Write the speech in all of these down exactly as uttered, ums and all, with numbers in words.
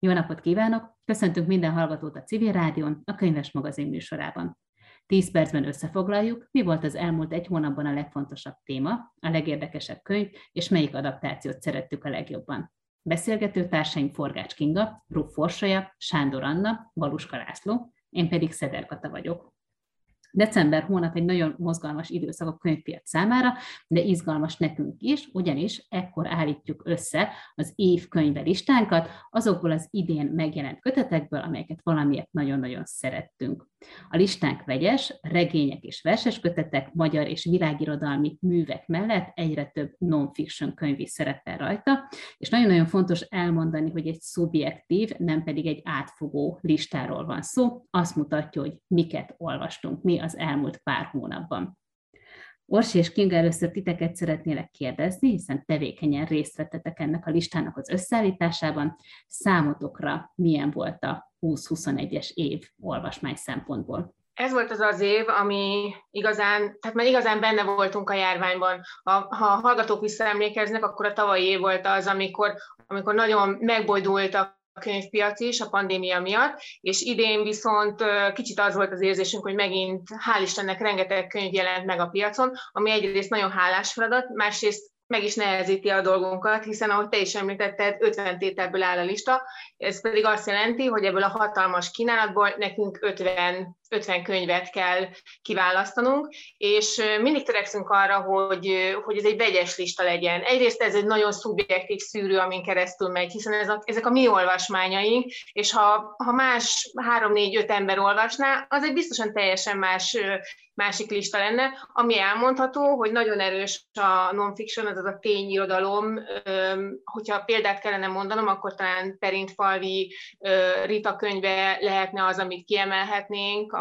Jó napot kívánok! Köszöntünk minden hallgatót a Civil Rádión, a Könyves Magazin műsorában. Tíz percben összefoglaljuk, mi volt az elmúlt egy hónapban a legfontosabb téma, a legérdekesebb könyv, és melyik adaptációt szerettük a legjobban. Beszélgető társaim Forgács Kinga, Rupp Orsolya, Sándor Anna, Valuska László, én pedig Szeder Kata vagyok. December hónap egy nagyon mozgalmas időszak a könyvpiac számára, de izgalmas nekünk is, ugyanis ekkor állítjuk össze az év könyve listánkat, azokból az idén megjelent kötetekből, amelyeket valamiért nagyon-nagyon szerettünk. A listánk vegyes, regények és verses kötetek, magyar és világirodalmi művek mellett egyre több non-fiction könyv is szerepel rajta, és nagyon-nagyon fontos elmondani, hogy egy szubjektív, nem pedig egy átfogó listáról van szó, azt mutatja, hogy miket olvastunk mi az elmúlt pár hónapban. Orsi és Kinga, először titeket szeretnélek kérdezni, hiszen tevékenyen részt vettetek ennek a listának az összeállításában. Számotokra milyen volt a húsz-huszonegyes év olvasmány szempontból? Ez volt az az év, ami igazán, tehát már igazán benne voltunk a járványban. Ha, ha a hallgatók visszaemlékeznek, akkor a tavalyi év volt az, amikor, amikor nagyon megbojdult a könyvpiac is a pandémia miatt, és idén viszont kicsit az volt az érzésünk, hogy megint hál' Istennek rengeteg könyv jelent meg a piacon, ami egyrészt nagyon hálás feladat, másrészt meg is nehezíti a dolgunkat, hiszen ahogy te is említetted, ötven tételből áll a lista, ez pedig azt jelenti, hogy ebből a hatalmas kínálatból nekünk ötven, ötven könyvet kell kiválasztanunk, és mindig törekszünk arra, hogy, hogy ez egy vegyes lista legyen. Egyrészt ez egy nagyon szubjektív szűrő, amin keresztül megy, hiszen ez a, ezek a mi olvasmányaink, és ha, ha más három-négy-öt ember olvasná, az egy biztosan teljesen más másik lista lenne, ami elmondható, hogy nagyon erős a non-fiction, azaz a tényirodalom. Hogyha példát kellene mondanom, akkor talán Perintfalvi Rita könyve lehetne az, amit kiemelhetnénk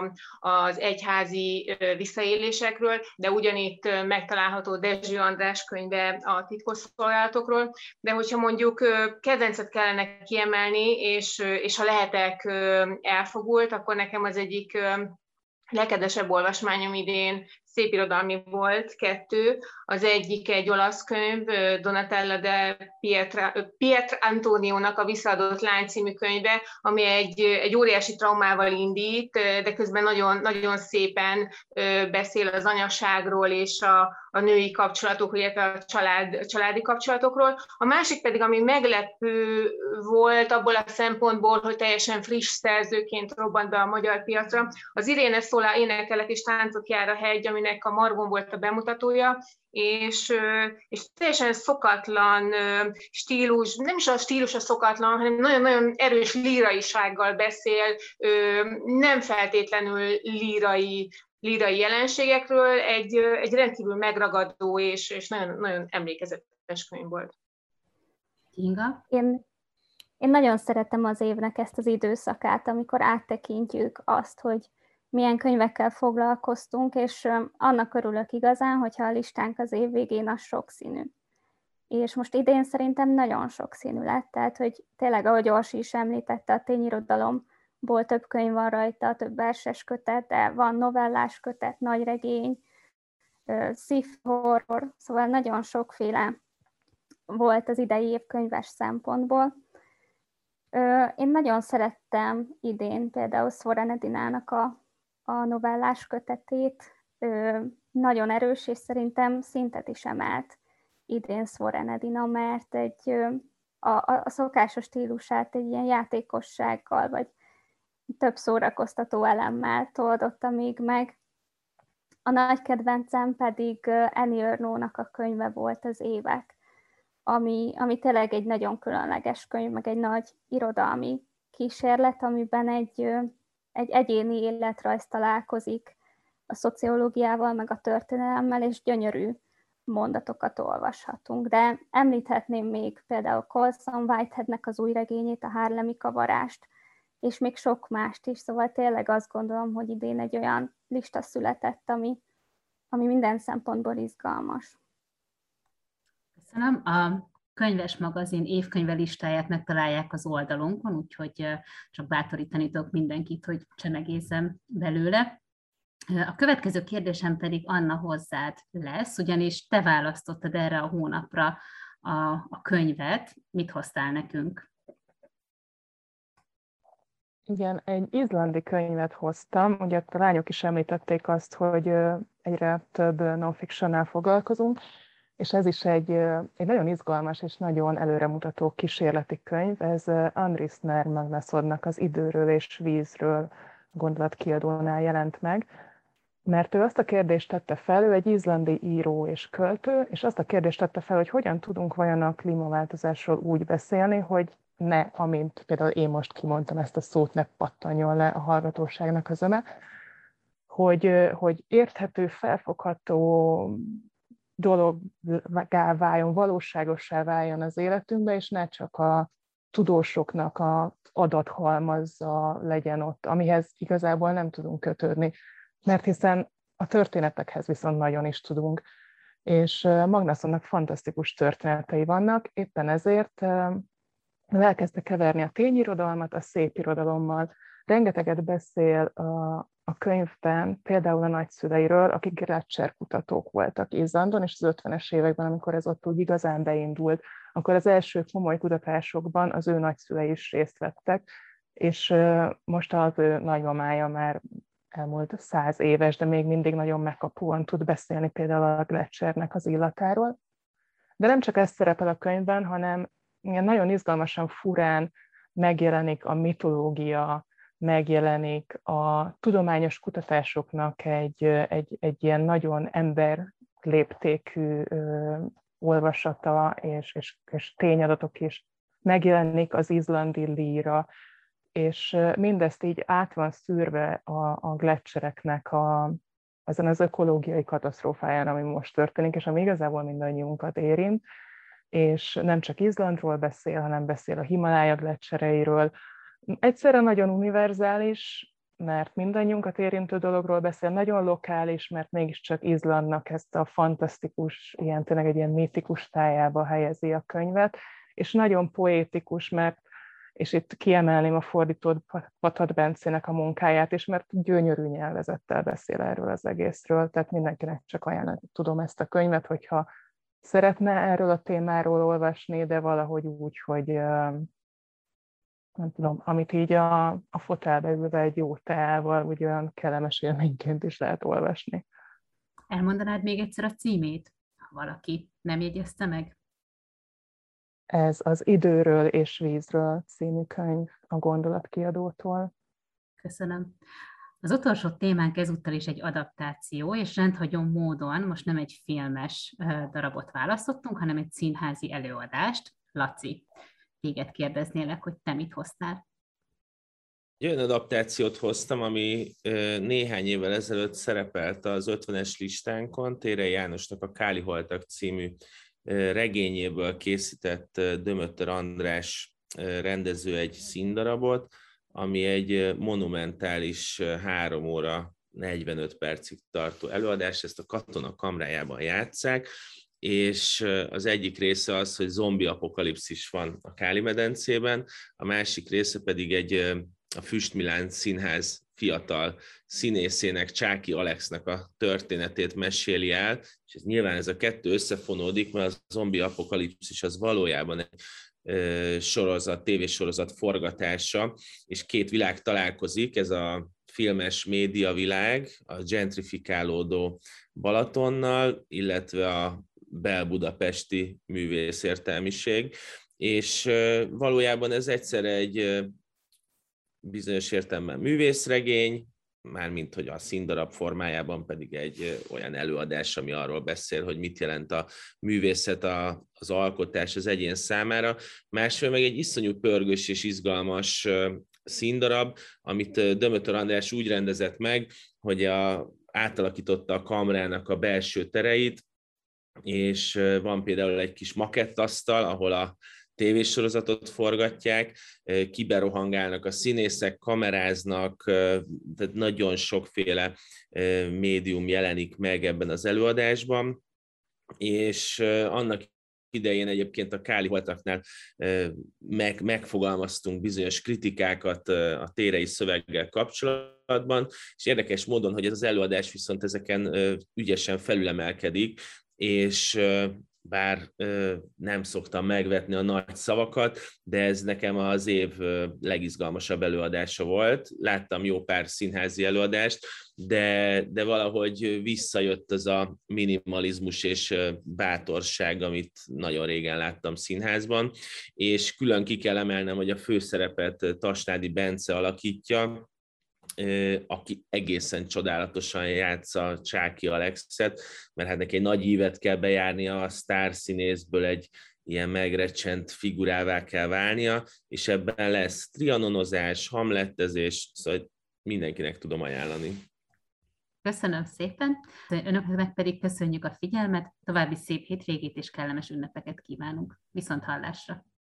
az egyházi visszaélésekről, de ugyanitt megtalálható Dezső András könyve a titkosszolgálatokról. De hogyha mondjuk kedvencet kellene kiemelni, és, és ha lehetek elfogult, akkor nekem az egyik legkedvesebb olvasmányom idén szépirodalmi volt, kettő. Az egyik egy olasz könyv, Donatella de Pietra, Pietro Antoniónak a Visszaadott lány című könyve, ami egy, egy óriási traumával indít, de közben nagyon, nagyon szépen beszél az anyaságról és a, a női kapcsolatokról, illetve a család, családi kapcsolatokról. A másik pedig, ami meglepő volt abból a szempontból, hogy teljesen friss szerzőként robbant be a magyar piacra, az Irene Szola Énekelet és táncok jár a hegy, aminek a Margon volt a bemutatója, és, és teljesen szokatlan stílus, nem is a stílus a szokatlan, hanem nagyon-nagyon erős líraisággal beszél, nem feltétlenül lírai, lírai jelenségekről, egy, egy rendkívül megragadó és, és nagyon, nagyon emlékezetes könyv volt. Kinga? Én, én nagyon szeretem az évnek ezt az időszakát, amikor áttekintjük azt, hogy milyen könyvekkel foglalkoztunk, és annak örülök igazán, hogyha a listánk az év végén az sokszínű. És most idén szerintem nagyon sokszínű lett, tehát hogy tényleg, ahogy Orsi is említette, a tényirodalomból több könyv van rajta, több verses kötet, de van novellás kötet, nagyregény, sci-fi horror, szóval nagyon sokféle volt az idei év könyves szempontból. Én nagyon szerettem idén például Svoren Edinának a a novellás kötetét, ö, nagyon erős, és szerintem szintet is emelt idén Svoren Edina, mert egy, ö, a, a szokásos stílusát egy ilyen játékossággal, vagy több szórakoztató elemmel toldotta még meg. A nagy kedvencem pedig Annie Ernaux-nak a könyve volt, Az évek, ami, ami tényleg egy nagyon különleges könyv, meg egy nagy irodalmi kísérlet, amiben egy egy egyéni életrajz találkozik a szociológiával, meg a történelemmel, és gyönyörű mondatokat olvashatunk. De említhetném még például Colson Whiteheadnek az új regényét, a Harlemi kavarást, és még sok mást is, szóval tényleg azt gondolom, hogy idén egy olyan lista született, ami, ami minden szempontból izgalmas. Köszönöm. A Könyves Magazin évkönyve listáját megtalálják az oldalunkon, úgyhogy csak bátorítani tudok mindenkit, hogy csemegézzem belőle. A következő kérdésem pedig Anna hozzád lesz, ugyanis te választottad erre a hónapra a, a könyvet. Mit hoztál nekünk? Igen, egy izlandi könyvet hoztam, ugye a lányok is említették azt, hogy egyre több non-fictionnel foglalkozunk, és ez is egy, egy nagyon izgalmas és nagyon előremutató kísérleti könyv. Ez Andris Nair Magnusonnak az Időről és vízről gondolatkiadónál jelent meg, mert ő azt a kérdést tette fel, ő egy izlandi író és költő, és azt a kérdést tette fel, hogy hogyan tudunk vajon a klímaváltozásról úgy beszélni, hogy ne, amint például én most kimondtam ezt a szót, ne pattanjon le a hallgatóságnak az öme, hogy, hogy érthető, felfogható dologgá váljon, valóságossá váljon az életünkbe, és ne csak a tudósoknak az adathalmazza legyen ott, amihez igazából nem tudunk kötődni. Mert hiszen a történetekhez viszont nagyon is tudunk. És Magnusonnak fantasztikus történetei vannak, éppen ezért elkezdte keverni a tényirodalmat a szépirodalommal. Rengeteget beszél a, a könyvben például a nagyszüleiről, akik gletscherkutatók voltak Izlandon, és az ötvenes években, amikor ez ott úgy igazán beindult, akkor az első komoly kutatásokban az ő nagyszülei is részt vettek, és most az ő nagymamája már elmúlt száz éves, de még mindig nagyon megkapóan tud beszélni például a gletschernek az illatáról. De nem csak ez szerepel a könyvben, hanem nagyon izgalmasan, furán megjelenik a mitológia, megjelenik a tudományos kutatásoknak egy, egy, egy ilyen nagyon emberléptékű ö, olvasata és, és, és tényadatok is. Megjelenik az izlandi líra, és mindezt így át van szűrve a, a gletschereknek a, azon az ökológiai katasztrófáján, ami most történik, és ami igazából mindannyiunkat érint, és nem csak Izlandról beszél, hanem beszél a Himalája gletschereiről. Egyszerre nagyon univerzális, mert mindannyiunkat érintő dologról beszél, nagyon lokális, mert mégiscsak Izlandnak ezt a fantasztikus, ilyen tényleg egy ilyen mítikus tájába helyezi a könyvet, és nagyon poétikus, mert és itt kiemelném a fordítót Patad Bencének a munkáját is, mert gyönyörű nyelvezettel beszél erről az egészről, tehát mindenkinek csak ajánlani tudom ezt a könyvet, hogyha szeretne erről a témáról olvasni, de valahogy úgy, hogy nem tudom, amit így a, a fotelbe ülve egy jó teával, úgy olyan kellemes élményként is lehet olvasni. Elmondanád még egyszer a címét, ha valaki nem jegyezte meg? Ez az Időről és vízről című könyv a Gondolatkiadótól. Köszönöm. Az utolsó témánk ezúttal is egy adaptáció, és rendhagyó módon most nem egy filmes darabot választottunk, hanem egy színházi előadást. Laci, téged kérdeznélek, hogy te mit hoztál? Egy olyan adaptációt hoztam, ami néhány évvel ezelőtt szerepelt az ötvenes listánkon, Térei Jánosnak a Káliholtak című regényéből készített Dömötör András rendező egy színdarabot, ami egy monumentális három óra negyvenöt percig tartó előadás, ezt a Katona kamrájában játsszák, és az egyik része az, hogy zombi apokalipszis van a Káli-medencében, a másik része pedig egy a Füstmilán Színház fiatal színészének, Csáki Alexnek a történetét meséli el, és ez nyilván ez a kettő összefonódik, mert a zombi apokalipszis az valójában egy sorozat, tévésorozat forgatása, és két világ találkozik, ez a filmes média világ, a gentrifikálódó Balatonnal, illetve a bel-budapesti művészértelmiség, és valójában ez egyszerre egy bizonyos értelemben művészregény, mármint hogy a színdarab formájában pedig egy olyan előadás, ami arról beszél, hogy mit jelent a művészet, a, az alkotás az egyén számára. Másfél meg egy iszonyú pörgős és izgalmas színdarab, amit Dömötör András úgy rendezett meg, hogy a, átalakította a kamrának a belső tereit, és van például egy kis makettasztal, ahol a tévésorozatot forgatják, kiberohangálnak a színészek, kameráznak, tehát nagyon sokféle médium jelenik meg ebben az előadásban, és annak idején egyébként a Káliholtaknál meg, megfogalmaztunk bizonyos kritikákat a térei szöveggel kapcsolatban, és érdekes módon, hogy ez az előadás viszont ezeken ügyesen felülemelkedik, és bár ö, nem szoktam megvetni a nagy szavakat, de ez nekem az év ö, legizgalmasabb előadása volt. Láttam jó pár színházi előadást, de, de valahogy visszajött az a minimalizmus és ö, bátorság, amit nagyon régen láttam színházban, és külön ki kell emelnem, hogy a főszerepet Tasnádi Bence alakítja, aki egészen csodálatosan játsza Csáky Alexet, mert hát neki egy nagy ívet kell bejárnia, a sztárszínészből egy ilyen megrecsent figurává kell válnia, és ebben lesz trianonozás, hamlettezés, szóval mindenkinek tudom ajánlani. Köszönöm szépen, önöknek pedig köszönjük a figyelmet, további szép hétvégét és kellemes ünnepeket kívánunk. Viszont hallásra!